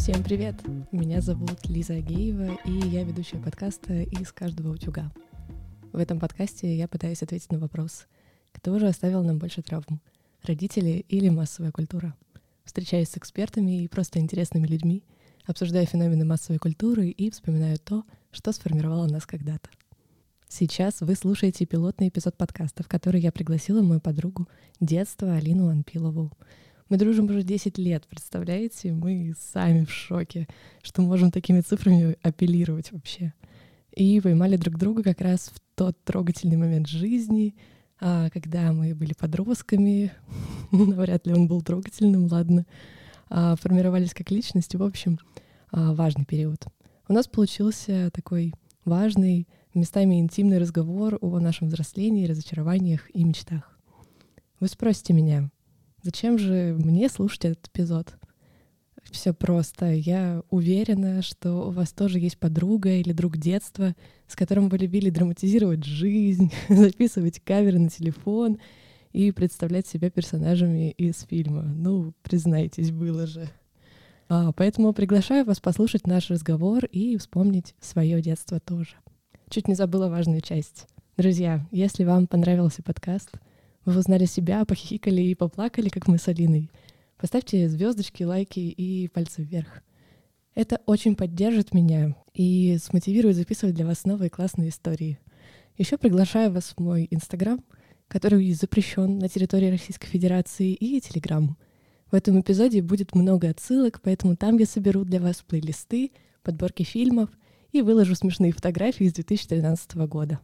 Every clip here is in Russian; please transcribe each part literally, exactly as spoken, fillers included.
Всем привет! Меня зовут Лиза Агеева, и я ведущая подкаста «Из каждого утюга». В этом подкасте я пытаюсь ответить на вопрос: кто же оставил нам больше травм — родители или массовая культура? Встречаюсь с экспертами и просто интересными людьми, обсуждая феномены массовой культуры и вспоминаю то, что сформировало нас когда-то. Сейчас вы слушаете пилотный эпизод подкаста, в который я пригласила мою подругу детства Алину Анпилову. Мы дружим уже десять лет, представляете? Мы сами в шоке, что можем такими цифрами апеллировать вообще. И поймали друг друга как раз в тот трогательный момент жизни, когда мы были подростками. Вряд ли он был трогательным, ладно. Формировались как личности. В общем, важный период. У нас получился такой важный, местами интимный разговор о нашем взрослении, разочарованиях и мечтах. Вы спросите меня, зачем же мне слушать этот эпизод? Все просто. Я уверена, что у вас тоже есть подруга или друг детства, с которым вы любили драматизировать жизнь, записывать каверы на телефон и представлять себя персонажами из фильма. Ну, признайтесь, было же. А, поэтому приглашаю вас послушать наш разговор и вспомнить свое детство тоже. Чуть не забыла важную часть. Друзья, если вам понравился подкаст, вы узнали себя, похихикали и поплакали, как мы с Алиной, поставьте звездочки, лайки и пальцы вверх. Это очень поддержит меня и смотивирует записывать для вас новые классные истории. Еще приглашаю вас в мой Инстаграм, который запрещен на территории Российской Федерации, и Телеграм. В этом эпизоде будет много отсылок, поэтому там я соберу для вас плейлисты, подборки фильмов и выложу смешные фотографии с две тысячи тринадцатого года.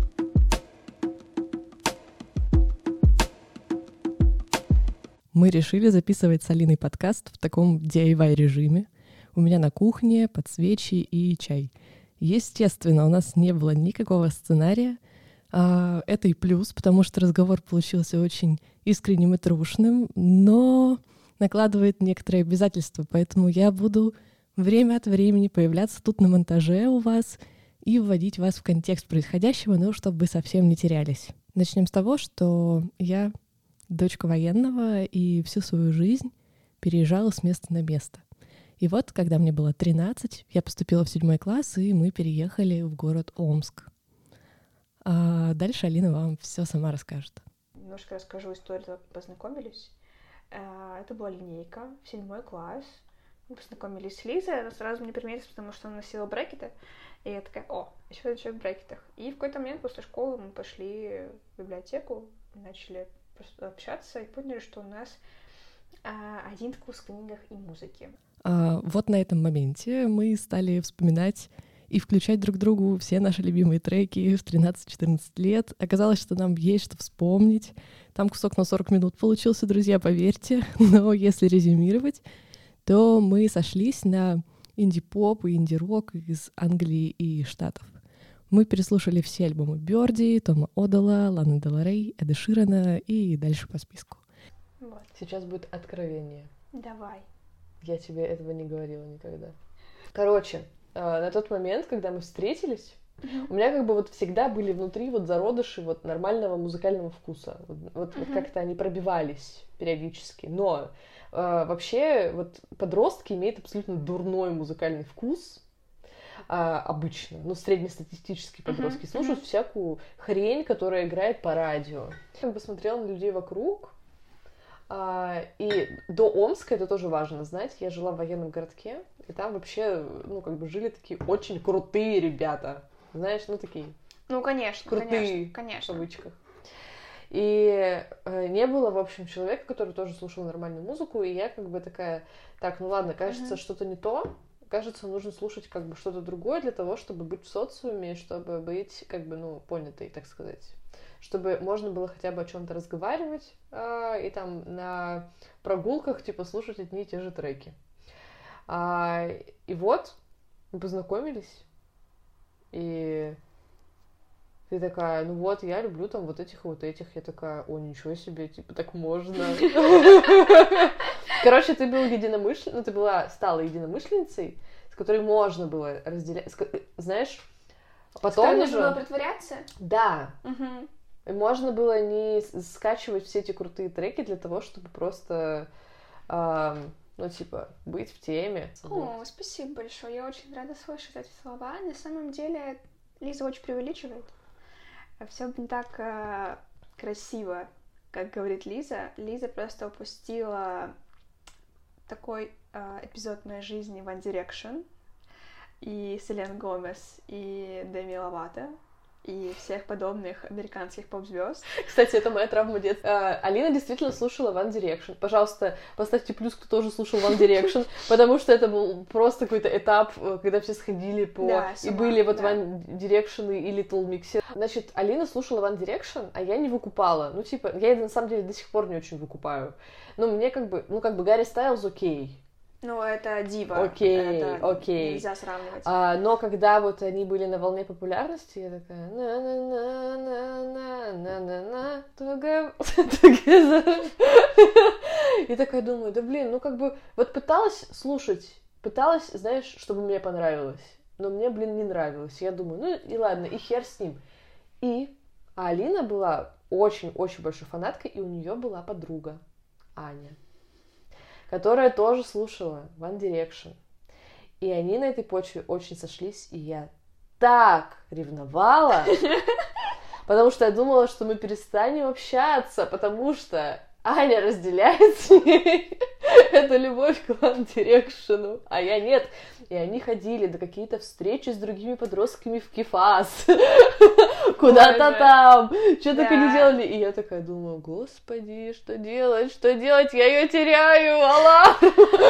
Мы решили записывать с Алиной подкаст в таком ди ай вай режиме. У меня на кухне под свечи и чай. Естественно, у нас не было никакого сценария. А это и плюс, потому что разговор получился очень искренним и трушным, но накладывает некоторые обязательства, поэтому я буду время от времени появляться тут на монтаже у вас и вводить вас в контекст происходящего, но чтобы вы совсем не терялись. Начнем с того, что я дочка военного и всю свою жизнь переезжала с места на место. И вот, когда мне было тринадцать, я поступила в седьмой класс, и мы переехали в город Омск. А дальше Алина вам все сама расскажет. Немножко расскажу историю, как мы познакомились. Это была линейка, седьмой класс. Мы познакомились с Лизой, она сразу мне приметилась, потому что она носила брекеты. И я такая: о, еще один человек в брекетах. И в какой-то момент после школы мы пошли в библиотеку, начали просто общаться и поняли, что у нас а, один вкус в книгах и музыке. А, вот на этом моменте мы стали вспоминать и включать друг другу все наши любимые треки в тринадцать-четырнадцать лет. Оказалось, что нам есть что вспомнить. Там кусок на сорок минут получился, друзья, поверьте. Но если резюмировать, то мы сошлись на инди-поп и инди-рок из Англии и Штатов. Мы переслушали все альбомы Бёрди, Тома Одала, Ланы Дель Рей, Эда Ширана и дальше по списку. Вот. Сейчас будет откровение. Давай. Я тебе этого не говорила никогда. Короче, на тот момент, когда мы встретились, mm-hmm. у меня как бы вот всегда были внутри вот зародыши вот нормального музыкального вкуса. Вот, вот, mm-hmm. вот как-то они пробивались периодически. Но э, вообще вот подростки имеют абсолютно дурной музыкальный вкус. А, обычно, ну, среднестатистические подростки uh-huh, слушают uh-huh. всякую хрень, которая играет по радио. Я посмотрела на людей вокруг, а, и до Омска, это тоже важно знать, я жила в военном городке, и там вообще, ну, как бы жили такие очень крутые ребята, знаешь, ну, такие... Ну, конечно, крутые, конечно, конечно. в кавычках. И э, не было, в общем, человека, который тоже слушал нормальную музыку, и я как бы такая: так, ну ладно, кажется, uh-huh. что-то не то. Кажется, нужно слушать как бы что-то другое для того, чтобы быть в социуме, чтобы быть как бы, ну, понятой, так сказать. Чтобы можно было хотя бы о чем-то разговаривать а, и там на прогулках, типа, слушать одни и те же треки. А, и вот, мы познакомились, и ты такая: ну вот, я люблю там вот этих и вот этих. Я такая: о, ничего себе, типа, так можно. Короче, ты был единомышленницей, ну, ты была, стала единомышленницей, с которой можно было разделять, знаешь, потом уже... нужно было притворяться? Да. Угу. И можно было не скачивать все эти крутые треки для того, чтобы просто, э, Ну, типа, быть в теме. О, спасибо большое. Я очень рада слышать эти слова. На самом деле, Лиза очень преувеличивает. Все бы не так э, красиво, как говорит Лиза. Лиза просто упустила такой э, эпизод моей жизни One Direction и Селен Гомес и Деми Ловато и всех подобных американских поп-звезд. Кстати, это моя травма детства. А, Алина действительно слушала One Direction. Пожалуйста, поставьте плюс, кто тоже слушал One Direction, потому что это был просто какой-то этап, когда все сходили по... Да, и ума, были вот да. One Direction и Little Mix. Значит, Алина слушала One Direction, а я не выкупала. Ну, типа, я на самом деле до сих пор не очень выкупаю. Но мне как бы, ну, как бы Гарри Стайлз окей. Ну, это дива. Окей, это окей. Нельзя сравнивать. А, но когда вот они были на волне популярности, я такая на-на-на-на-на-на-на-на together. И такая думаю, да блин, ну как бы вот пыталась слушать, пыталась, знаешь, чтобы мне понравилось, но мне, блин, не нравилось. Я думаю, ну и ладно, и хер с ним. И а Алина была очень-очень большой фанаткой, и у нее была подруга Аня, которая тоже слушала One Direction. И они на этой почве очень сошлись, и я так ревновала, потому что я думала, что мы перестанем общаться, потому что Аня разделяет с ней эту любовь к One Direction, а я нет. И они ходили на какие-то встречи с другими подростками в Кифас, куда-то там, что-то они делали. И я такая думаю, господи, что делать, что делать, я ее теряю, аллах!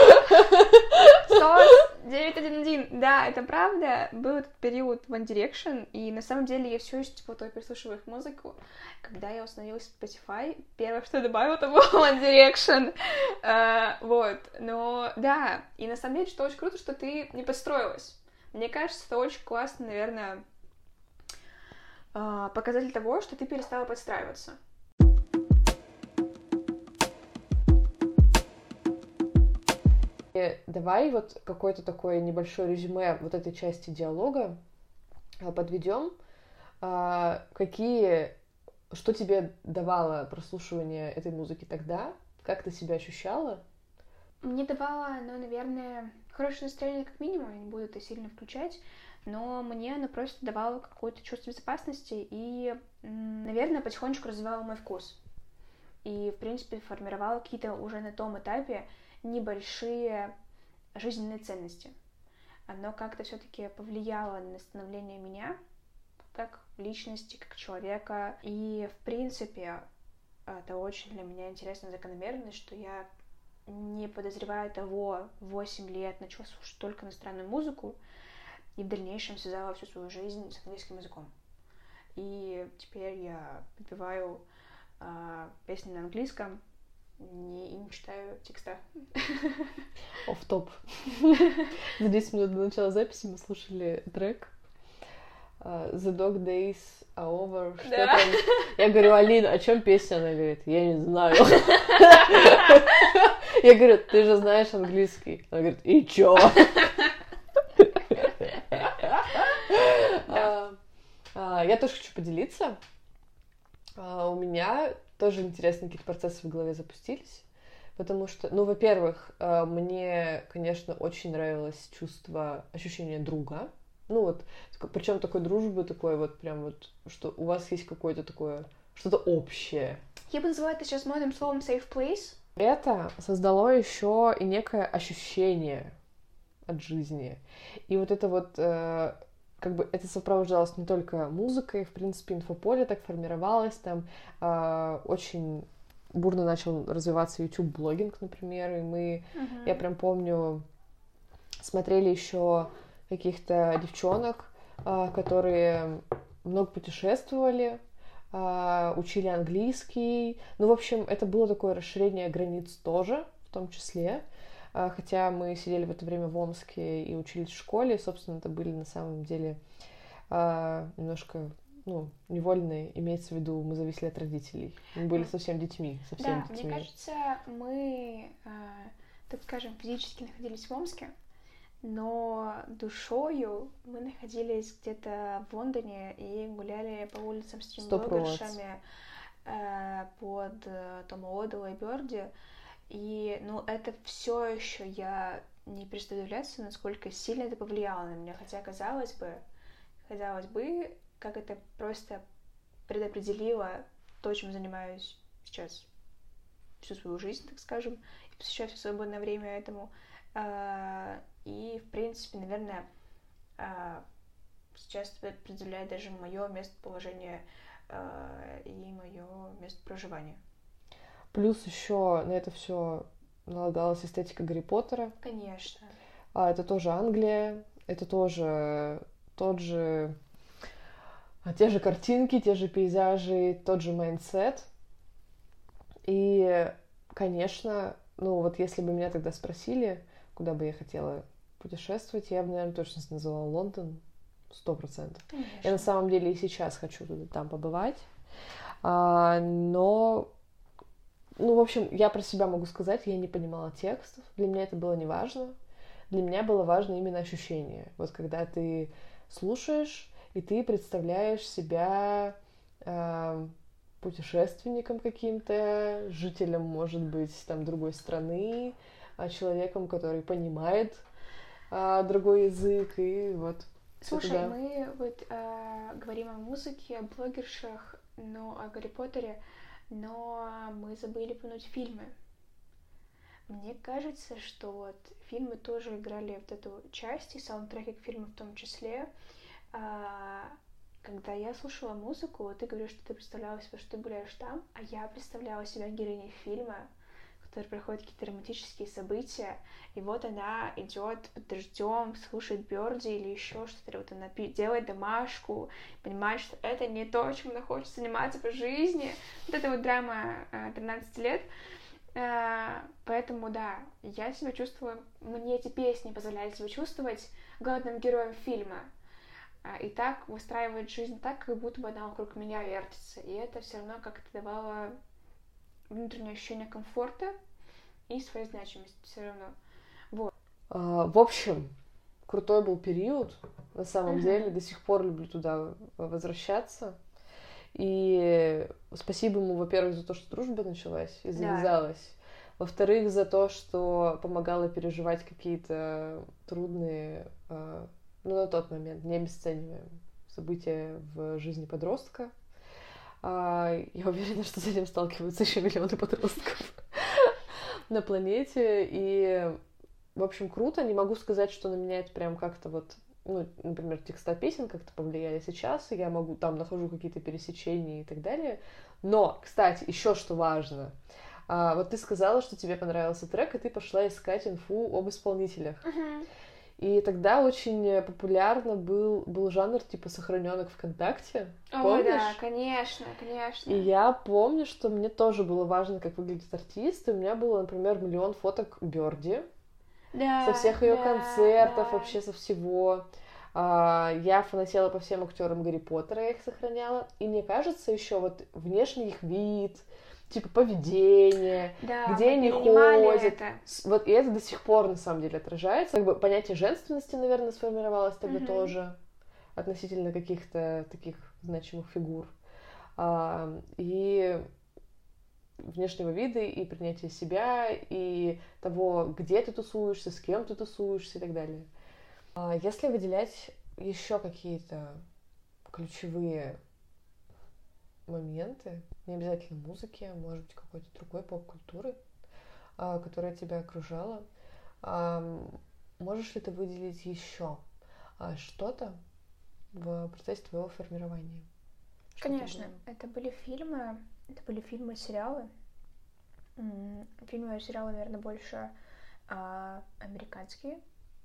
девять один один. Да, это правда. Был этот период One Direction, и на самом деле я все еще типа то переслушиваю их музыку. Когда я установила Spotify, первое, что я добавила, это был One Direction. Uh, вот. Но да, и на самом деле, что очень круто, что ты не подстроилась. Мне кажется, это очень классно, наверное, uh, показатель того, что ты перестала подстраиваться. Давай вот какое-то такое небольшое резюме вот этой части диалога подведем. Какие, что тебе давало прослушивание этой музыки тогда? Как ты себя ощущала? Мне давало, ну, наверное, хорошее настроение как минимум, я не буду это сильно включать, но мне оно просто давало какое-то чувство безопасности и, наверное, потихонечку развивало мой вкус. И, в принципе, формировало какие-то уже на том этапе небольшие жизненные ценности. Оно как-то все-таки повлияло на становление меня как личности, как человека. И, в принципе, это очень для меня интересная закономерность, что я, не подозревая того, в восемь лет начала слушать только иностранную музыку и в дальнейшем связала всю свою жизнь с английским языком. И теперь я подпеваю э, песни на английском, Не, не читаю текста. Офф-топ. За десять минут до начала записи мы слушали трек uh, The Dog Days Are Over. Что да. там? Я говорю, Алина, о чем песня? Она говорит, я не знаю. Я говорю, ты же знаешь английский. Она говорит, и чё? Я тоже хочу поделиться. У меня тоже интересные какие-то процессы в голове запустились, потому что, ну, во-первых, мне, конечно, очень нравилось чувство, ощущение друга, ну, вот, причем такой дружбы, такой вот прям вот, что у вас есть какое-то такое, что-то общее. Я бы назвала это сейчас модным словом safe place. Это создало еще и некое ощущение от жизни, и вот это вот... как бы это сопровождалось не только музыкой, в принципе, инфополе так формировалось, там э, очень бурно начал развиваться YouTube-блогинг, например, и мы, uh-huh. я прям помню, смотрели еще каких-то девчонок, э, которые много путешествовали, э, учили английский, ну, в общем, это было такое расширение границ тоже, в том числе. Хотя мы сидели в это время в Омске и учились в школе, и, собственно, это были на самом деле немножко, ну, невольные, имеется в виду, мы зависели от родителей. Мы были совсем детьми, совсем да, детьми. Мне кажется, мы, так скажем, физически находились в Омске, но душою мы находились где-то в Лондоне и гуляли по улицам с тимблогершами под Тома Одела и Бёрди. И, ну, это все еще я не представляю, насколько сильно это повлияло на меня, хотя, казалось бы, казалось бы, как это просто предопределило то, чем занимаюсь сейчас всю свою жизнь, так скажем, и посвящаю все свободное время этому. И, в принципе, наверное, сейчас это определяет даже мое местоположение и мое место проживания. Плюс еще на это все налагалась эстетика Гарри Поттера. Конечно. А это тоже Англия, это тоже тот же, те же картинки, те же пейзажи, тот же майндсет. И, конечно, ну вот если бы меня тогда спросили, куда бы я хотела путешествовать, я бы, наверное, точно называла Лондон, сто процентов. Я на самом деле и сейчас хочу туда, там побывать, а, но, ну, в общем, я про себя могу сказать, я не понимала текстов, для меня это было не важно, для меня было важно именно ощущение, вот когда ты слушаешь, и ты представляешь себя э, путешественником каким-то, жителем, может быть, там, другой страны, человеком, который понимает э, другой язык, и вот. Слушай, да. мы вот э, говорим о музыке, о блогершах, но о Гарри Поттере, но мы забыли упомянуть фильмы. Мне кажется, что вот фильмы тоже играли вот эту часть, и саундтреки к фильму в том числе. А, когда я слушала музыку, ты говоришь, что ты представляла себе, что ты гуляешь там, а я представляла себя героиней фильма, в которой проходят какие-то романтические события, и вот она идет под дождем, слушает Бёрди или еще что-то, или вот она делает домашку, понимает, что это не то, чем она хочет заниматься по жизни. Вот это вот драма тринадцати лет. Поэтому, да, я себя чувствую, мне эти песни позволяют себя чувствовать главным героем фильма. И так выстраивать жизнь так, как будто бы она вокруг меня вертится. И это все равно как-то давало внутреннее ощущение комфорта и своей значимости все равно. Вот. А, в общем, крутой был период. На самом uh-huh. деле, до сих пор люблю туда возвращаться. И спасибо ему, во-первых, за то, что дружба началась и завязалась. Да. Во-вторых, за то, что помогала переживать какие-то трудные, ну, на тот момент, не обесцениваем события в жизни подростка. Я уверена, что с этим сталкиваются еще миллионы подростков на планете. И, в общем, круто. Не могу сказать, что на меня это прям как-то вот... Ну, например, текста песен как-то повлияли сейчас, и я могу там нахожу какие-то пересечения и так далее. Но, кстати, еще что важно. А, вот ты сказала, что тебе понравился трек, и ты пошла искать инфу об исполнителях. Uh-huh. И тогда очень популярно был, был жанр типа сохраненок ВКонтакте. О, помнишь? Да, конечно, конечно. И я помню, что мне тоже было важно, как выглядит артист. И у меня было, например, миллион фоток Бёрди. Да, со всех ее да, концертов, да. вообще со всего. А, я фанатела по всем актерам Гарри Поттера, я их сохраняла. И мне кажется, еще вот внешний их вид, типа поведение, да, где они ходят. Это. Вот, и это до сих пор, на самом деле, отражается. Как бы понятие женственности, наверное, сформировалось тогда uh-huh. тоже относительно каких-то таких значимых фигур. А, и... внешнего вида, и принятия себя, и того, где ты тусуешься, с кем ты тусуешься и так далее. Если выделять еще какие-то ключевые моменты, не обязательно музыки, а может быть какой-то другой поп-культуры, которая тебя окружала, можешь ли ты выделить еще что-то в процессе твоего формирования? Конечно, это были фильмы, это были фильмы и сериалы. Фильмы и сериалы, наверное, больше а, американские.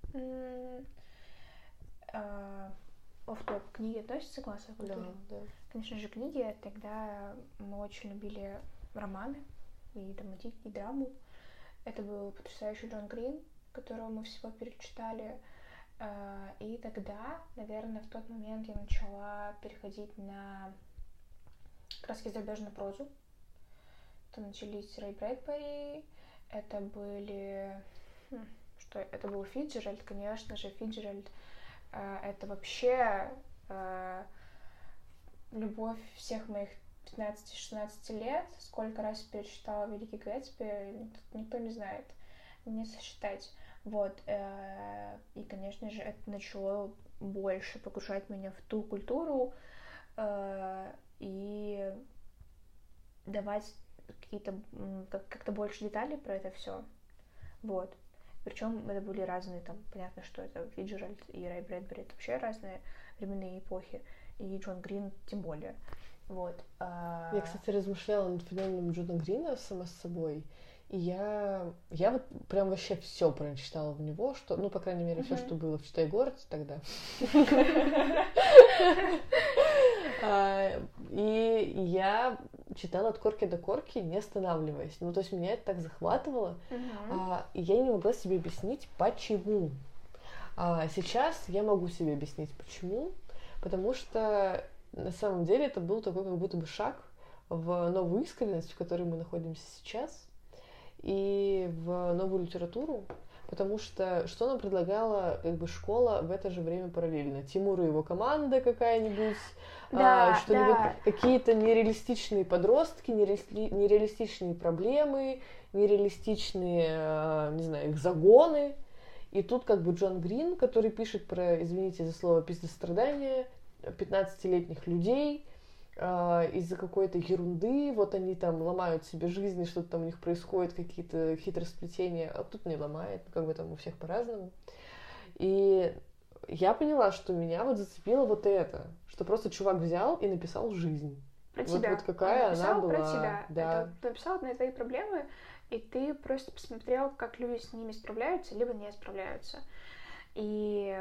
Офф-топ, книги относятся к массовой культуре? Да, да. Конечно же, книги. Тогда мы очень любили романы и драматики, и драму. Это был потрясающий Джон Грин, которого мы всего перечитали. И тогда, наверное, в тот момент я начала переходить на как раз зарубежную прозу. Это начались Рэй Брэдбери, это были... Хм, что? Это был Фицджеральд, конечно же. Фицджеральд э, это вообще э, любовь всех моих пятнадцати-шестнадцати лет, сколько раз я перечитала «Великий Гэтсби», никто не знает, не сосчитать. Вот. И, конечно же, это начало больше погружать меня в ту культуру и давать какие-то как-то больше деталей про это все. Вот. Причем это были разные, там, понятно, что это Фиджеральд и Рэй Брэдбери, это вообще разные временные эпохи, и Джон Грин тем более. Вот. Я, кстати, размышляла над феноменом Джона Грина сама с собой, и я, я вот прям вообще все прочитала в него, что, ну, по крайней мере, все, что было в «Читай город» тогда. И я читала от корки до корки, не останавливаясь. Ну, то есть меня это так захватывало, и я не могла себе объяснить, почему. Сейчас я могу себе объяснить, почему. Потому что на самом деле это был такой как будто бы шаг в новую искренность, в которой мы находимся сейчас, и в новую литературу, потому что что нам предлагала как бы школа в это же время параллельно? Тимур и его команда какая-нибудь, да, а, что-нибудь, да. какие-то нереалистичные подростки, нереали... нереалистичные проблемы, нереалистичные, не знаю, их загоны. И тут как бы Джон Грин, который пишет про, извините за слово, пиздострадания пятнадцатилетних людей, из-за какой-то ерунды, вот они там ломают себе жизни, что-то там у них происходит, какие-то хитросплетения, а тут не ломает, как бы там у всех по-разному. И я поняла, что меня вот зацепило вот это, что просто чувак взял и написал жизнь. Про вот, тебя. Вот какая Он она была. Про тебя. Да. Это, ты написал на твои проблемы, и ты просто посмотрел, как люди с ними справляются, либо не справляются. И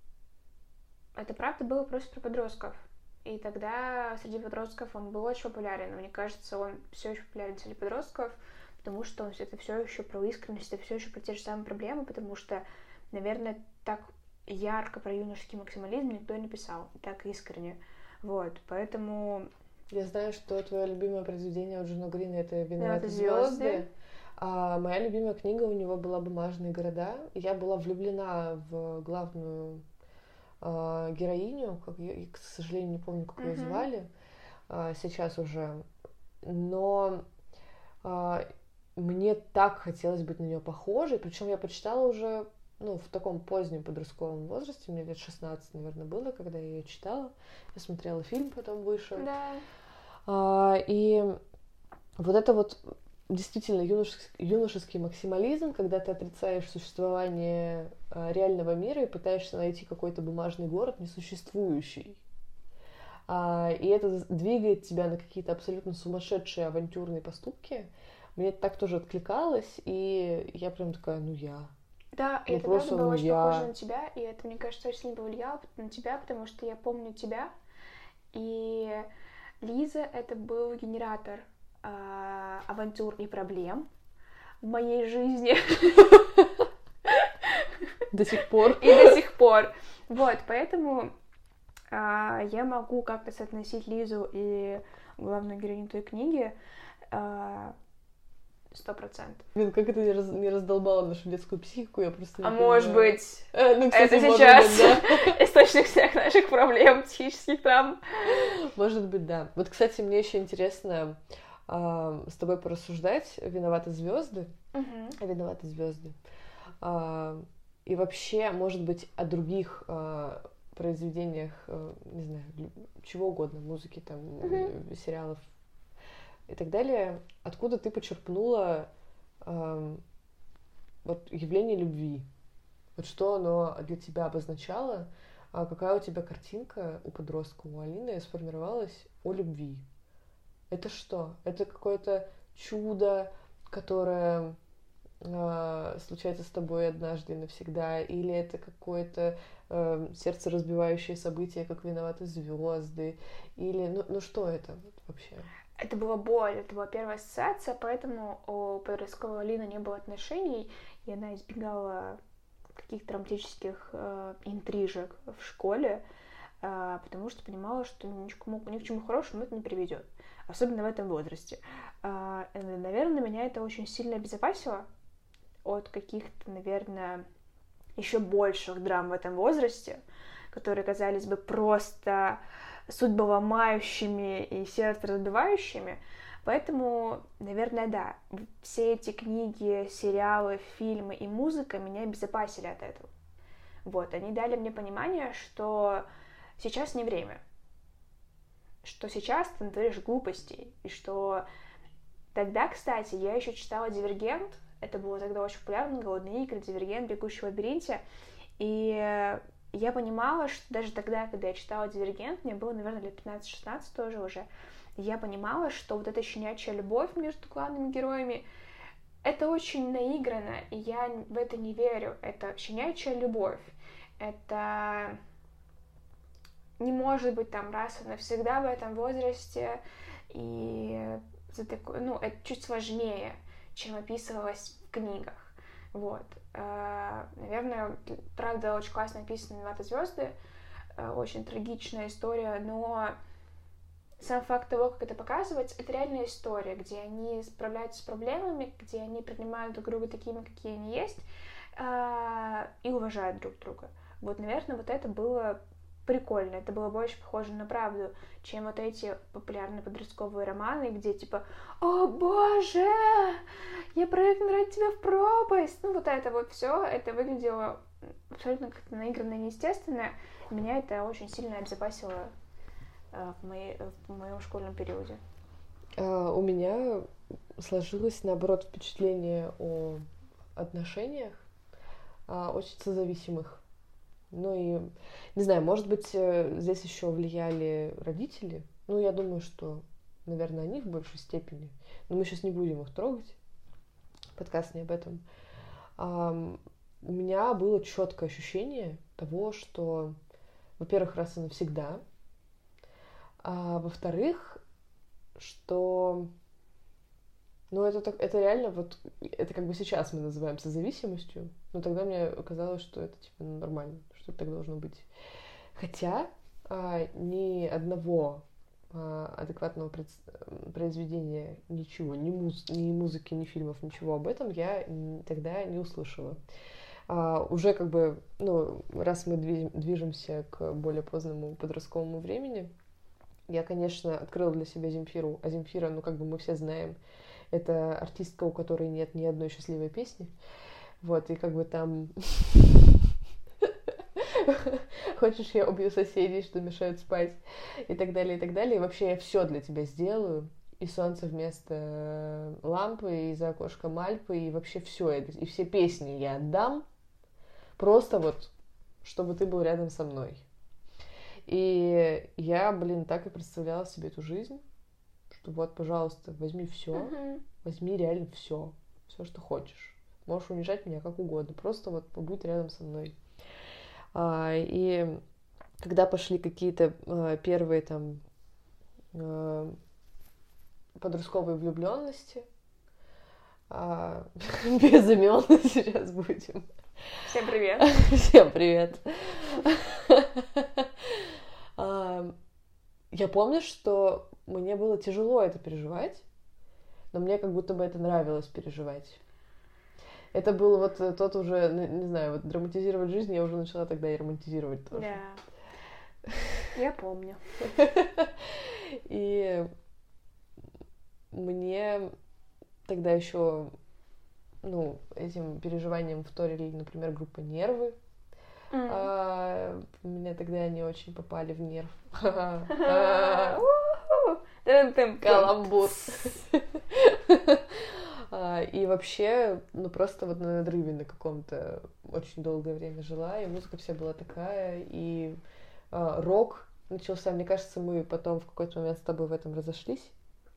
это правда было просто про подростков. И тогда среди подростков он был очень популярен. Мне кажется, он все еще популярен среди подростков, потому что он, это все еще про искренность, это все еще про те же самые проблемы, потому что, наверное, так ярко про юношеский максимализм никто не писал, так искренне. Вот, поэтому... Я знаю, что твое любимое произведение у Джона Грина — это «Виноваты звезды». звезды. А моя любимая книга у него была «Бумажные города». Я была влюблена в главную Uh, героиню, как я, к сожалению, не помню, как uh-huh. ее звали, uh, сейчас уже, но uh, мне так хотелось быть на нее похожей, причем я почитала уже, ну, в таком позднем подростковом возрасте, мне лет шестнадцать, наверное, было, когда я ее читала, я смотрела фильм, потом вышел, да. uh, и вот это вот действительно юношеский, юношеский максимализм, когда ты отрицаешь существование а, реального мира и пытаешься найти какой-то бумажный город несуществующий. А, и это двигает тебя на какие-то абсолютно сумасшедшие авантюрные поступки. Мне это так тоже откликалось, и я прям такая, ну я. Да, и ну, это правда было ну, очень я... похоже на тебя, и это, мне кажется, очень сильно повлияло на тебя, потому что я помню тебя, и Лиза — это был генератор авантюр и проблем в моей жизни. До сих пор. И до сих пор. Вот, поэтому а, я могу как-то соотносить Лизу и главную героиню той книги сто процентов. Блин, как это не, раз, не раздолбало нашу детскую психику, я просто не А понимаю. может быть, а, ну, кстати, это сейчас быть, да. источник всех наших проблем, психических травм. Может быть, да. Вот, кстати, мне еще интересно а, с тобой порассуждать «Виноваты звезды». Uh-huh. «Виноваты звезды». А, и вообще, может быть, о других а, произведениях, а, не знаю, чего угодно, музыки, там, uh-huh. сериалов и так далее. Откуда ты почерпнула а, вот явление любви? Вот что оно для тебя обозначало? А какая у тебя картинка у подростка, у Алины, сформировалась о любви? Это что? Это какое-то чудо, которое э, случается с тобой однажды и навсегда? Или это какое-то э, сердцеразбивающее событие, как «Виноваты звезды»? Или, ну, ну что это вообще? Это была боль, это была первая ассоциация, поэтому у подростковой Алины не было отношений, и она избегала каких-то романтических э, интрижек в школе, э, потому что понимала, что ни к чему, ни к чему хорошему это не приведет, особенно в этом возрасте. Э, наверное, меня это очень сильно обезопасило от каких-то, наверное, еще больших драм в этом возрасте, которые казались бы просто судьболомающими и сердце разбивающими. Поэтому, наверное, да, все эти книги, сериалы, фильмы и музыка меня обезопасили от этого. Вот, они дали мне понимание, что сейчас не время, что сейчас ты натворишь глупостей, и что тогда, кстати, я еще читала «Дивергент», это было тогда очень популярно, «Голодные игры», «Дивергент», «Бегущий в лабиринте», и я понимала, что даже тогда, когда я читала «Дивергент», мне было, наверное, лет пятнадцать-шестнадцать тоже уже, я понимала, что вот эта щенячья любовь между главными героями, это очень наигранно, и я в это не верю. Это щенячья любовь. Это не может быть там раз и навсегда в этом возрасте, и за такое, ну, это чуть сложнее, чем описывалось в книгах. Вот. Наверное, правда, очень классно написано «Виноваты звезды», очень трагичная история, но сам факт того, как это показывается, это реальная история, где они справляются с проблемами, где они принимают друг друга такими, какие они есть, и уважают друг друга. Вот, наверное, вот это было прикольно, это было больше похоже на правду, чем вот эти популярные подростковые романы, где типа «О, боже, я прыгну ради тебя в пропасть!» Ну, вот это вот все, это выглядело абсолютно как-то наигранно и неестественно. Меня это очень сильно обезопасило в, моей, в моем школьном периоде. А, у меня сложилось, наоборот, впечатление о отношениях а, очень созависимых. Ну и, не знаю, может быть, здесь еще влияли родители. Ну, я думаю, что, наверное, они в большей степени. Но мы сейчас не будем их трогать. Подкаст не об этом. А, у меня было четкое ощущение того, что, во-первых, раз и навсегда, а во-вторых, что, ну, это, так, это реально, вот, это как бы сейчас мы называем созависимостью, но тогда мне казалось, что это, типа, нормально, что так должно быть. Хотя а, ни одного а, адекватного пред- произведения, ничего, ни, муз- ни музыки, ни фильмов, ничего об этом я тогда не услышала. А, уже как бы, ну, раз мы движемся к более позднему подростковому времени, я, конечно, открыла для себя Земфиру, а Земфира, ну, как бы мы все знаем, это артистка, у которой нет ни одной счастливой песни. Вот, и как бы там... Хочешь, я убью соседей, что мешают спать, и так далее, и так далее. И вообще я все для тебя сделаю. И солнце вместо лампы, и за окошком Альпы, и вообще все это. И все песни я отдам, просто вот, чтобы ты был рядом со мной. И я, блин, так и представляла себе эту жизнь, что вот, пожалуйста, возьми все, uh-huh. возьми реально все, все, что хочешь. Можешь унижать меня как угодно, просто вот побудь рядом со мной. А, и когда пошли какие-то а, первые там а, подростковые влюбленности, а, без имен сейчас будем. Всем привет. Всем привет. Я помню, что мне было тяжело это переживать, но мне как будто бы это нравилось переживать. Это был вот тот уже, не знаю, вот драматизировать жизнь я уже начала тогда и романтизировать тоже. Да, я помню. И мне тогда еще, ну, этим переживанием вторили, например, группа «Нервы». Mm. А, у меня тогда они очень попали в нерв. Каламбур. И вообще, ну просто вот на надрыве на каком-то очень долгое время жила, и музыка вся была такая, и рок начался. Мне кажется, мы потом в какой-то момент с тобой в этом разошлись,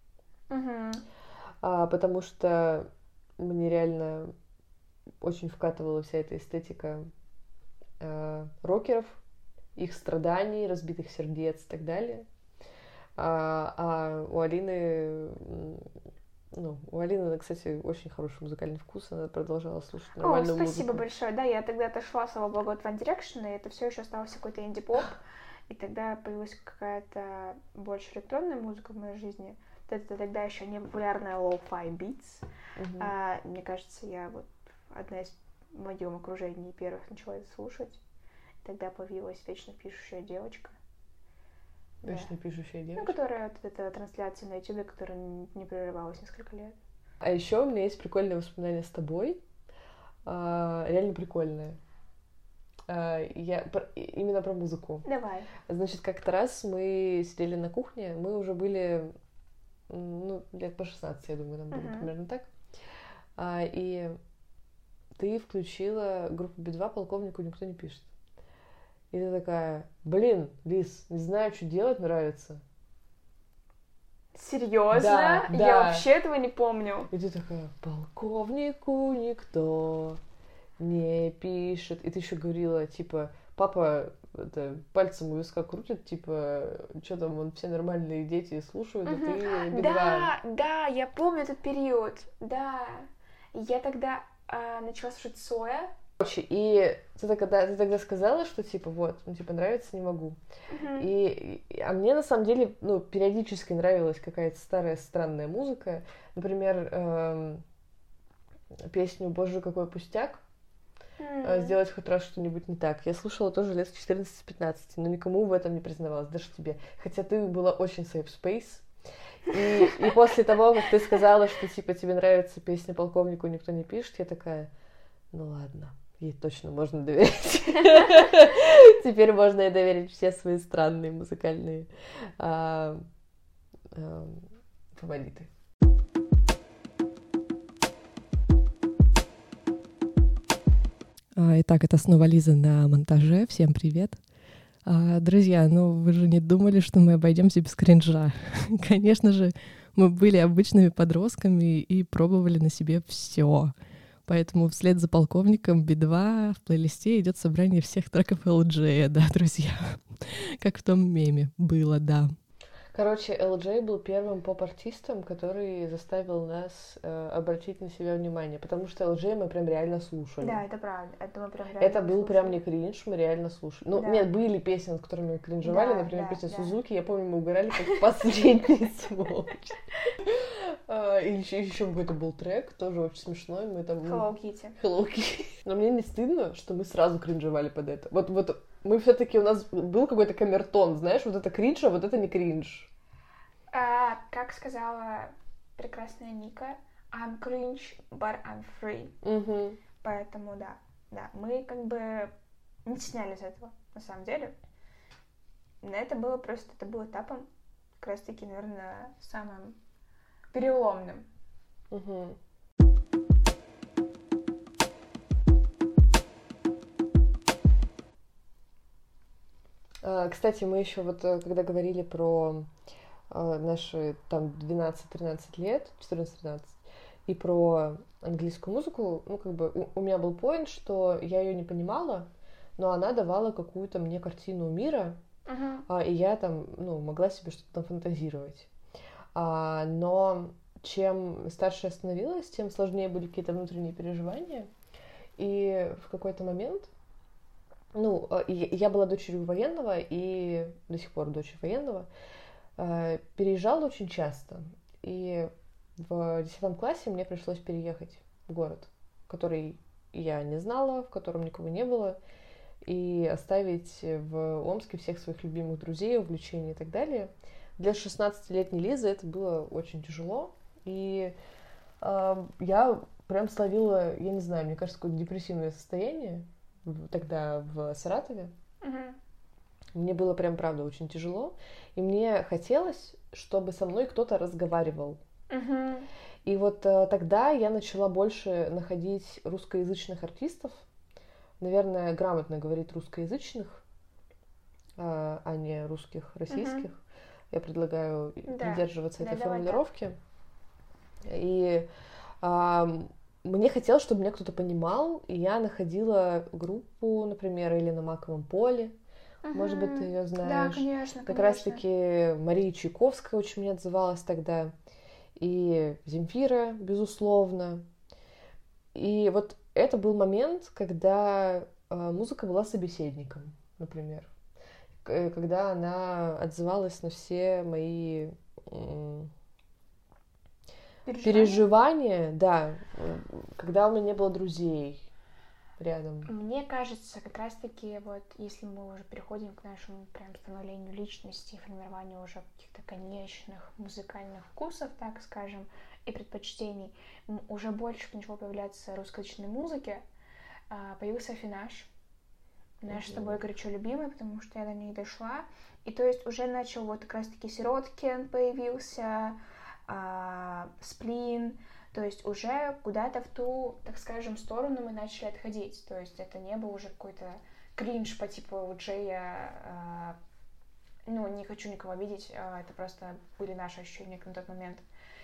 потому что мне реально очень вкатывала вся эта эстетика рокеров, их страданий, разбитых сердец и так далее. А, а у Алины, ну, у Алины, кстати, очень хороший музыкальный вкус, она продолжала слушать нормальную музыку. О, спасибо музыку. большое. Да, я тогда отошла, слава богу, от One Direction, и это все еще остался какой-то инди-поп, и тогда появилась какая-то больше электронная музыка в моей жизни. Это тогда еще не популярная lo-fi beats. Uh-huh. А, мне кажется, я вот одна из в моем окружении первых начала это слушать. Тогда появилась вечно пишущая девочка. Да. Вечно пишущая девочка. Ну, которая вот эта трансляция на ютубе, которая не прерывалась несколько лет. А еще у меня есть прикольные воспоминания с тобой. А, реально прикольные. А, я про, именно про музыку. Давай. Значит, как-то раз мы сидели на кухне, мы уже были, ну, лет по шестнадцать, я думаю, нам было uh-huh. примерно так. А, и ты включила группу би два «Полковнику никто не пишет». И ты такая: блин, Лиз, не знаю, что делать, нравится. Серьезно? Да, да. Я вообще этого не помню. И ты такая: полковнику никто не пишет. И ты еще говорила, типа, папа это, пальцем у виска крутит, типа, что там, вон все нормальные дети слушают, а ты би два. Да, да, я помню этот период, да. Я тогда э, начала слушать Соя. И ты тогда, ты тогда сказала, что, типа, вот, ну, типа, нравится, не могу. Uh-huh. И, и, а мне, на самом деле, ну, периодически нравилась какая-то старая странная музыка. Например, эм, песню «Боже, какой пустяк». Uh-huh. «Сделать хоть раз что-нибудь не так». Я слушала тоже лет с четырнадцати-пятнадцати, но никому в этом не признавалась, даже тебе. Хотя ты была очень safe space. И, и после того, как ты сказала, что, типа, тебе нравится песня «Полковнику никто не пишет», я такая: ну ладно. Ей точно можно доверять. Теперь можно и доверить все свои странные музыкальные а, а, фавориты. Итак, это снова Лиза на монтаже. Всем привет. Друзья, ну вы же не думали, что мы обойдемся без кринжа. Конечно же, мы были обычными подростками и пробовали на себе все. Поэтому вслед за «Полковником» би два в плейлисте идет собрание всех треков эл джей, да, друзья. Как в том меме было, да. Короче, эл джей был первым поп-артистом, который заставил нас э, обратить на себя внимание, потому что эл джей мы прям реально слушали. Да, это правда. Это мы прям реально Это был слушали. Прям не кринж, мы реально слушали. Ну, да. Нет, были песни, над которыми мы кринжевали, да, например, да, песня да. Сузуки, я помню, мы угорали как последние сволочи. И еще какой-то был трек, тоже очень смешной. Мы там... Hello Kitty. Hello Kitty. Но мне не стыдно, что мы сразу кринжевали под это. Вот, вот мы все-таки, у нас был какой-то камертон, знаешь, вот это кринж, а вот это не кринж. А, как сказала прекрасная Ника, I'm cringe, but I'm free. Угу. Поэтому да, да, мы как бы не стеснялись этого, на самом деле. Но это было просто, это был этапом, как раз-таки, наверное, самым переломным. Угу. Кстати, мы еще вот, когда говорили про наши там двенадцать-тринадцать лет, четырнадцать-тринадцать, и про английскую музыку, ну, как бы, у, у меня был поинт, что я ее не понимала, но она давала какую-то мне картину мира, uh-huh. а, и я там, ну, могла себе что-то там фантазировать. А, но чем старше я становилась, тем сложнее были какие-то внутренние переживания, и в какой-то момент, ну, я была дочерью военного, и до сих пор дочь военного, переезжала очень часто, и в десятом классе мне пришлось переехать в город, который я не знала, в котором никого не было, и оставить в Омске всех своих любимых друзей, увлечений и так далее. Для шестнадцатилетней Лизы это было очень тяжело, и э, я прям словила, я не знаю, мне кажется, какое-то депрессивное состояние тогда в Саратове. Uh-huh. Мне было прям, правда, очень тяжело. И мне хотелось, чтобы со мной кто-то разговаривал. Uh-huh. И вот э, тогда я начала больше находить русскоязычных артистов. Наверное, грамотно говорить русскоязычных, э, а не русских, российских. Uh-huh. Я предлагаю да. придерживаться да, этой давай, формулировки. Да. И э, мне хотелось, чтобы меня кто-то понимал. И я находила группу, например, или на Маковом поле. Uh-huh. Может быть, ты ее знаешь. Да, конечно, Как конечно. раз-таки Мария Чайковская очень мне отзывалась тогда. И Земфира, безусловно. И вот это был момент, когда э, музыка была собеседником, например. К- когда она отзывалась на все мои э, Переживания? переживания, да. Когда у меня не было друзей. рядом? Мне кажется, как раз-таки вот если мы уже переходим к нашему прям становлению личности, формированию уже каких-то конечных музыкальных вкусов, так скажем, и предпочтений, уже больше начало появляться русскоязычной музыки, появился Аффинаж, наш с тобой горячо любимый, потому что я до них дошла. И то есть уже начал вот как раз-таки Сироткин появился, а, Сплин, то есть уже куда-то в ту, так скажем, сторону мы начали отходить. То есть это не был уже какой-то кринж по типу Джея, а, ну, не хочу никого видеть, а, это просто были наши ощущения на тот момент.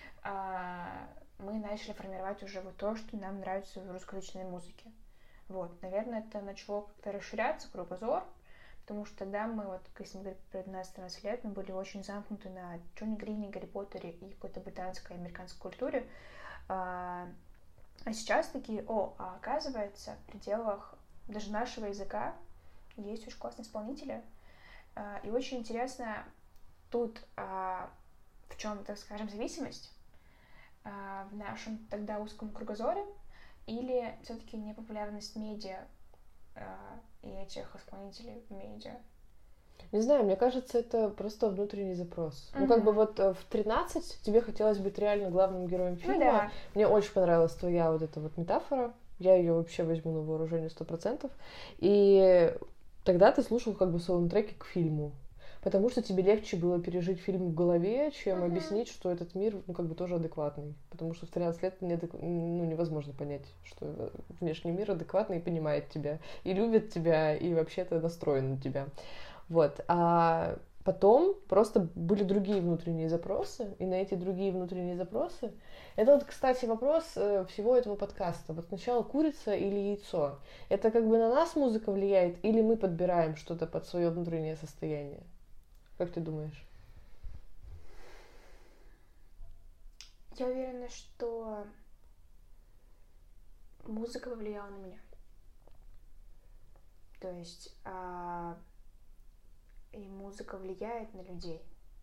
А, мы начали формировать уже вот то, что нам нравится в русскоязычной музыке. Вот, наверное, это начало как-то расширяться, кругозор, потому что тогда мы, вот, если мы говорим про двенадцать-тринадцать лет, мы были очень замкнуты на Джонни Грине, Гарри Поттере и какой-то британской, американской культуре. А, а сейчас такие, о, а оказывается, в пределах даже нашего языка есть очень классные исполнители. А, и очень интересно тут а, в чем, так скажем, зависимость а, в нашем тогда узком кругозоре, или все-таки непопулярность медиа э, и этих исполнителей в медиа? Не знаю, мне кажется, это просто внутренний запрос. Mm-hmm. Ну, как бы вот в тринадцать тебе хотелось быть реально главным героем фильма. Ну, да. Мне очень понравилась твоя вот эта вот метафора. Я ее вообще возьму на вооружение сто процентов. И тогда ты слушал как бы саундтреки к фильму. Потому что тебе легче было пережить фильм в голове, чем uh-huh. объяснить, что этот мир, ну, как бы тоже адекватный. Потому что в тринадцать лет неадек... ну, невозможно понять, что внешний мир адекватный и понимает тебя, и любит тебя, и вообще-то настроен на тебя. Вот. А потом просто были другие внутренние запросы, и на эти другие внутренние запросы... Это вот, кстати, вопрос всего этого подкаста. Вот сначала курица или яйцо? Это как бы на нас музыка влияет, или мы подбираем что-то под свое внутреннее состояние? Как ты думаешь? Я уверена, что музыка повлияла на меня. То есть а... и музыка влияет на людей.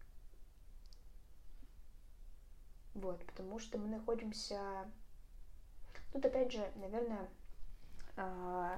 Вот, потому что мы находимся... Тут, опять же, наверное, а...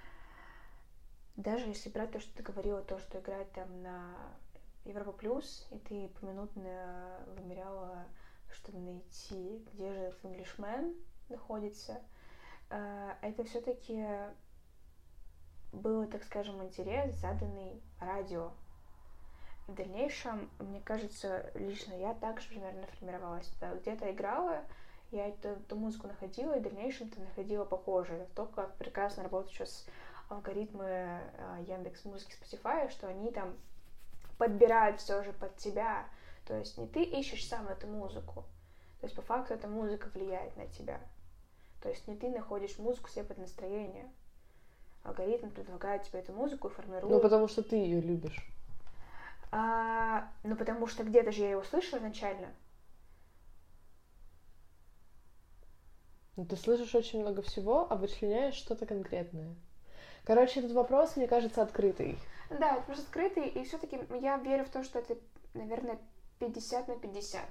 даже если брать то, что ты говорила, то, что играет там на Европа Плюс, и ты поминутно вымеряла, чтобы найти, где же этот Englishman находится, это все-таки был, так скажем, интерес, заданный радио. В дальнейшем, мне кажется, лично я также примерно формировалась. Где-то играла, я эту, эту музыку находила, и в дальнейшем-то находила похожее. То, как прекрасно работают сейчас алгоритмы Яндекс.Музыки, Spotify, что они там подбирают все же под тебя. То есть не ты ищешь сам эту музыку. То есть по факту эта музыка влияет на тебя. То есть не ты находишь музыку себе под настроение. Алгоритм предлагает тебе эту музыку и формирует... Ну, потому что ты ее любишь. А, ну, потому что где-то же я ее услышала изначально. Ну, ты слышишь очень много всего, а вычленяешь что-то конкретное. Короче, этот вопрос, мне кажется, открытый. Да, это просто открытый, и все-таки я верю в то, что это, наверное, пятьдесят на пятьдесят.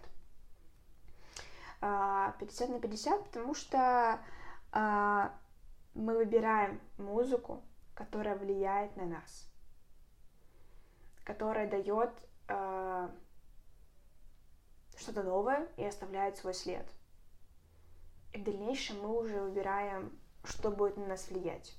пятьдесят на пятьдесят, потому что а, мы выбираем музыку, которая влияет на нас, которая дает а, что-то новое и оставляет свой след. И в дальнейшем мы уже выбираем, что будет на нас влиять.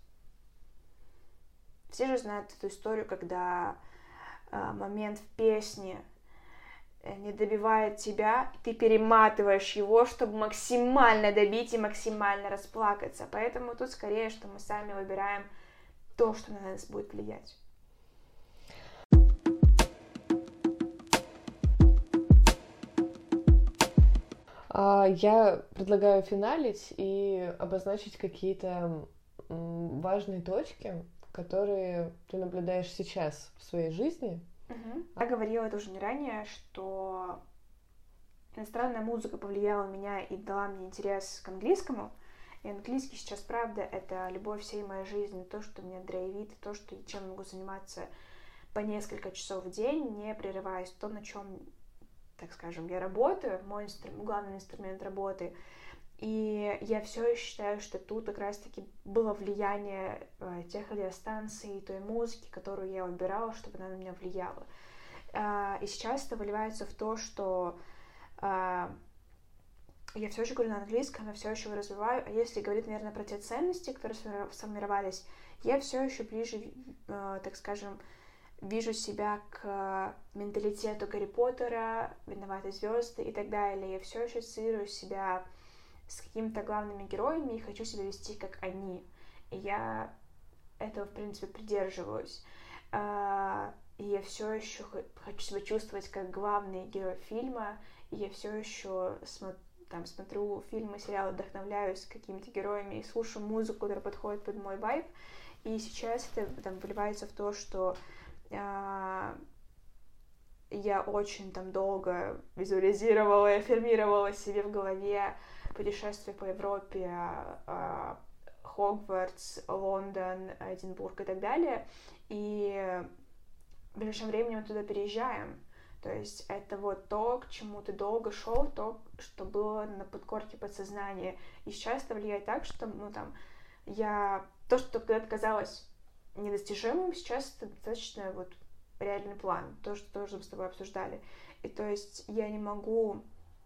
Все же знают эту историю, когда э, момент в песне не добивает тебя, и ты перематываешь его, чтобы максимально добить и максимально расплакаться. Поэтому тут скорее, что мы сами выбираем то, что на нас будет влиять. Я предлагаю финалить и обозначить какие-то важные точки, которые ты наблюдаешь сейчас в своей жизни. Угу. Я говорила это уже не ранее, что иностранная музыка повлияла на меня и дала мне интерес к английскому. И английский сейчас, правда, это любовь всей моей жизни, то, что меня драйвит, то, что, чем могу заниматься по несколько часов в день, не прерываясь, то, на чем так скажем, я работаю, мой инстру... главный инструмент работы, и я все еще считаю, что тут как раз-таки было влияние э, тех радиостанций, той музыки, которую я выбирала, чтобы она на меня влияла. Э, и сейчас это выливается в то, что э, я все еще говорю на английском, я все еще его развиваю, а если говорить, наверное, про те ценности, которые сформировались, я все еще ближе, э, так скажем, вижу себя к менталитету Гарри Поттера, «Виноваты звезды» и так далее. Я все еще ассоциирую себя с какими-то главными героями и хочу себя вести как они. И я этого, в принципе, придерживаюсь. И я все еще хочу себя чувствовать как главный герой фильма, и я все еще смотрю, там, смотрю фильмы, сериалы, вдохновляюсь какими-то героями и слушаю музыку, которая подходит под мой вайб. И сейчас это там выливается в то, что а, я очень там долго визуализировала и аффирмировала себе в голове путешествия по Европе, а, Хогвартс, Лондон, Эдинбург и так далее. И в ближайшем времени мы туда переезжаем. То есть это вот то, к чему ты долго шел, то, что было на подкорке подсознания. И сейчас это влияет так, что, ну, там, я... То, что когда-то казалось недостижимым, сейчас это достаточно вот реальный план. То, что тоже мы с тобой обсуждали. И то есть я не могу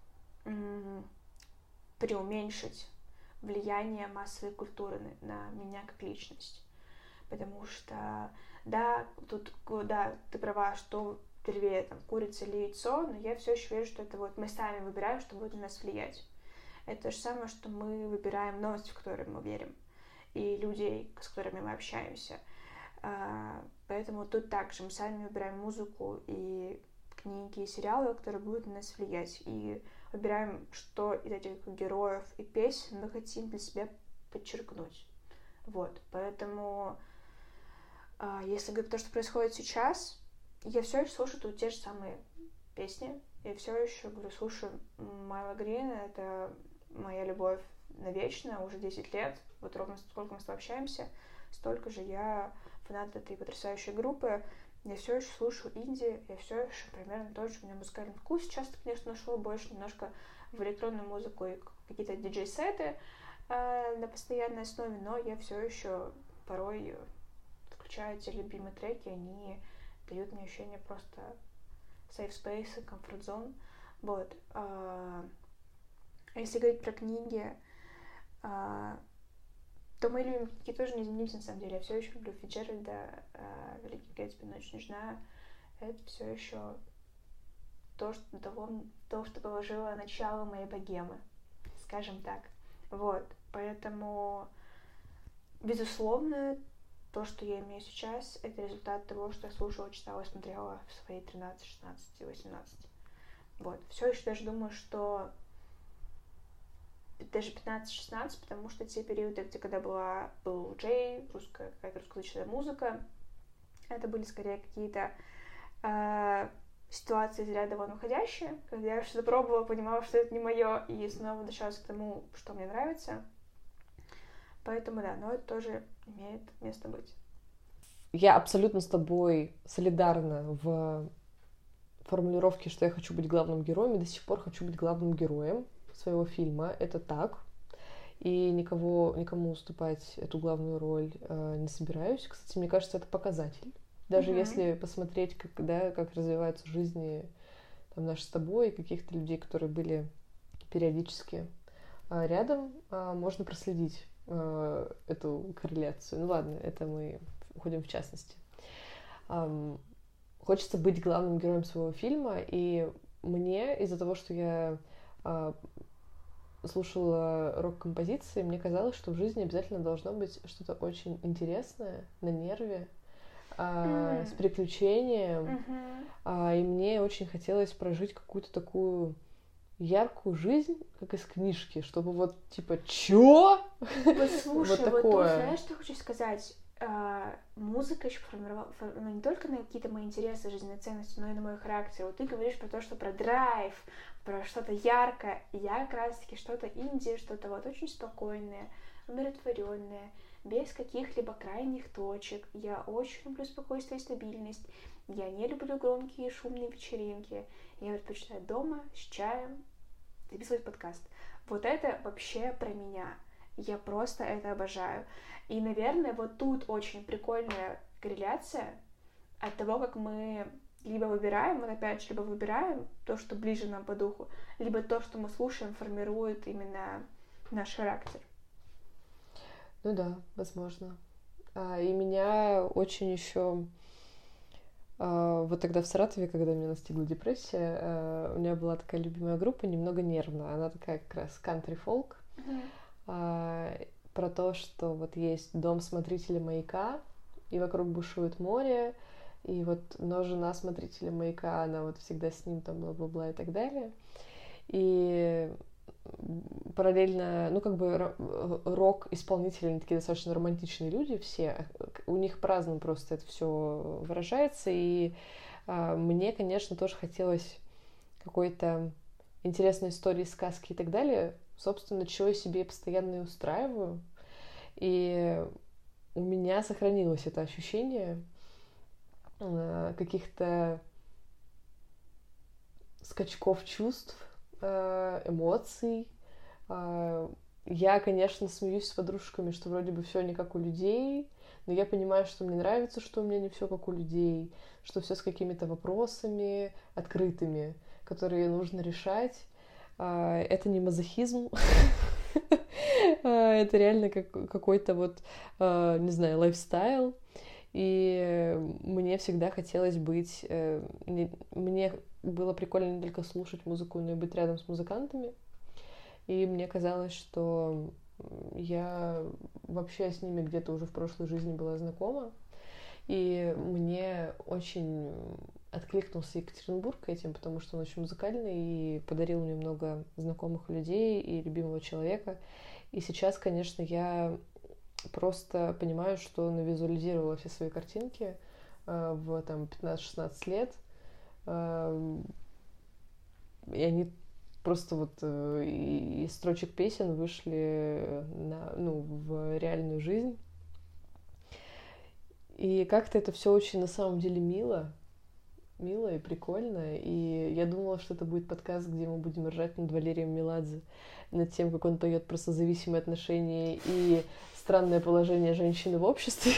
м- преуменьшить влияние массовой культуры на, на меня как личность. Потому что, да, тут, да, ты права, что первее, там, курица или яйцо, но я все еще верю, что это вот мы сами выбираем, что будет на нас влиять. Это то же самое, что мы выбираем новости, в которые мы верим, и людей, с которыми мы общаемся. Поэтому тут также мы сами выбираем музыку и книги, и сериалы, которые будут на нас влиять, и выбираем, что из этих героев и песен мы хотим для себя подчеркнуть. Вот, поэтому если говорить то, что происходит сейчас, я все еще слушаю тут те же самые песни. Я все еще, говорю, слушаю Майла Грина. Это моя любовь навечно, уже десять лет. Вот ровно сколько мы с тобой общаемся, столько же я фанат этой потрясающей группы. Я все еще слушаю инди, я все еще примерно тот же у меня музыкальный вкус. Сейчас, конечно, нашел больше немножко в электронную музыку и какие-то диджей-сеты э, на постоянной основе, но я все еще порой включаю те любимые треки, они дают мне ощущение просто safe space, comfort zone. Вот. А если говорить про книги, а, то мои любимые книги тоже не изменились, на самом деле. Я все еще люблю Фицджеральда, а, «Великий Гэтсби», «Ночь нежна». Это все еще то, что дало, то, что положило начало моей богемы, скажем так. Вот. Поэтому, безусловно, то, что я имею сейчас, это результат того, что я слушала, читала, смотрела в свои тринадцать, шестнадцать и восемнадцать. Вот. Все еще даже думаю, что даже пятнадцать-шестнадцать, потому что те периоды, где когда была, был Джей, русская, какая-то русскоязычная музыка, это были скорее какие-то э, ситуации из ряда вон уходящие, когда я что-то пробовала, понимала, что это не мое, и снова возвращалась к тому, что мне нравится. Поэтому да, но это тоже имеет место быть. Я абсолютно с тобой солидарна в формулировке, что я хочу быть главным героем, и до сих пор хочу быть главным героем своего фильма. Это так. И никого, никому уступать эту главную роль э, не собираюсь. Кстати, мне кажется, это показатель. Даже mm-hmm. если посмотреть, как, да, как развиваются жизни там, наши с тобой, и каких-то людей, которые были периодически э, рядом, э, можно проследить эту корреляцию. Ну ладно, это мы уходим в частности. Um, хочется быть главным героем своего фильма, и мне из-за того, что я uh, слушала рок-композиции, мне казалось, что в жизни обязательно должно быть что-то очень интересное, на нерве, uh, mm. с приключением, mm-hmm. uh, и мне очень хотелось прожить какую-то такую яркую жизнь, как из книжки, чтобы вот, типа, чё? Вот слушай, вот, вот тут, знаешь, что хочу сказать? А, музыка еще формировала, ну, не только на какие-то мои интересы, жизненные ценности, но и на мой характер. Вот ты говоришь про то, что про драйв, про что-то яркое. Я как раз-таки что-то инди, что-то вот очень спокойное, умиротворенное, без каких-либо крайних точек. Я очень люблю спокойствие и стабильность. Я не люблю громкие шумные вечеринки. Я предпочитаю дома с чаем записывать подкаст. Вот это вообще про меня. Я просто это обожаю. И, наверное, вот тут очень прикольная корреляция от того, как мы либо выбираем, вот опять же, либо выбираем то, что ближе нам по духу, либо то, что мы слушаем, формирует именно наш характер. Ну да, возможно. А, и меня очень еще а, вот тогда в Саратове, когда меня настигла депрессия, а, у меня была такая любимая группа, немного нервная. Она такая как раз country-folk. Mm-hmm. А, про то, что вот есть дом смотрителя маяка, и вокруг бушует море, и вот, но жена смотрителя маяка, она вот всегда с ним там бла-бла-бла и так далее. И параллельно, ну, как бы рок-исполнители, они такие достаточно романтичные люди все, у них праздно просто это все выражается, и а, мне, конечно, тоже хотелось какой-то интересной истории, сказки и так далее, собственно, чего я себе постоянно и устраиваю, и у меня сохранилось это ощущение а, каких-то скачков чувств, эмоций. Я, конечно, смеюсь с подружками, что вроде бы все не как у людей, но я понимаю, что мне нравится, что у меня не все как у людей, что все с какими-то вопросами открытыми, которые нужно решать. Это не мазохизм, это реально какой-то вот, не знаю, лайфстайл. И мне всегда хотелось быть... Мне было прикольно не только слушать музыку, но и быть рядом с музыкантами. И мне казалось, что я вообще с ними где-то уже в прошлой жизни была знакома. И мне очень откликнулся Екатеринбург этим, потому что он очень музыкальный и подарил мне много знакомых людей и любимого человека. И сейчас, конечно, я... просто понимаю, что навизуализировала все свои картинки э, в там, пятнадцать-шестнадцать лет. Э, и они просто вот э, из строчек песен вышли на, ну, в реальную жизнь. И как-то это все очень на самом деле мило. Мило и прикольно. И я думала, что это будет подкаст, где мы будем ржать над Валерием Меладзе, над тем, как он поет про созависимые отношения и странное положение женщины в обществе.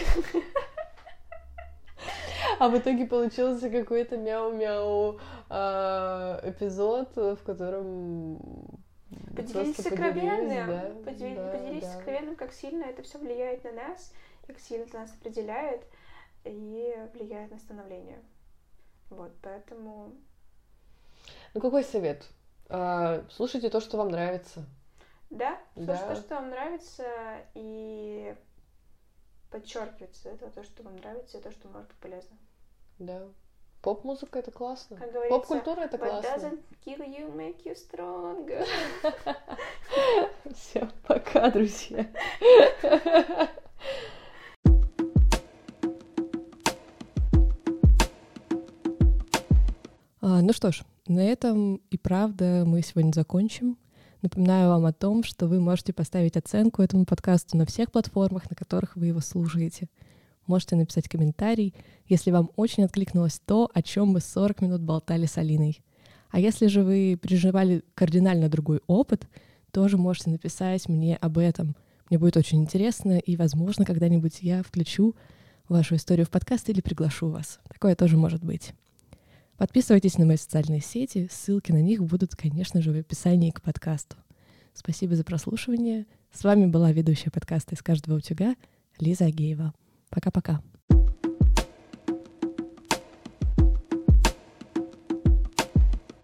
А в итоге получился какой-то мяу-мяу эпизод, в котором... Поделись сокровенным. Да, Подели... да, Поделись да. сокровенным, как сильно это все влияет на нас, как сильно это нас определяет и влияет на становление. Вот, поэтому... Ну, какой совет? А, слушайте то, что вам нравится. Да, слушайте да. то, что вам нравится, и подчеркивайте это, то, что вам нравится, и то, что может быть полезно. Да. Поп-музыка — это классно. Как Поп-культура — это классно. What doesn't kill you, make you stronger. Все, пока, друзья. Ну что ж, на этом и правда мы сегодня закончим. Напоминаю вам о том, что вы можете поставить оценку этому подкасту на всех платформах, на которых вы его слушаете. Можете написать комментарий, если вам очень откликнулось то, о чем мы сорок минут болтали с Алиной. А если же вы переживали кардинально другой опыт, тоже можете написать мне об этом. Мне будет очень интересно, и, возможно, когда-нибудь я включу вашу историю в подкаст или приглашу вас. Такое тоже может быть. Подписывайтесь на мои социальные сети, ссылки на них будут, конечно же, в описании к подкасту. Спасибо за прослушивание. С вами была ведущая подкаста «Из каждого утюга» Лиза Агеева. Пока-пока.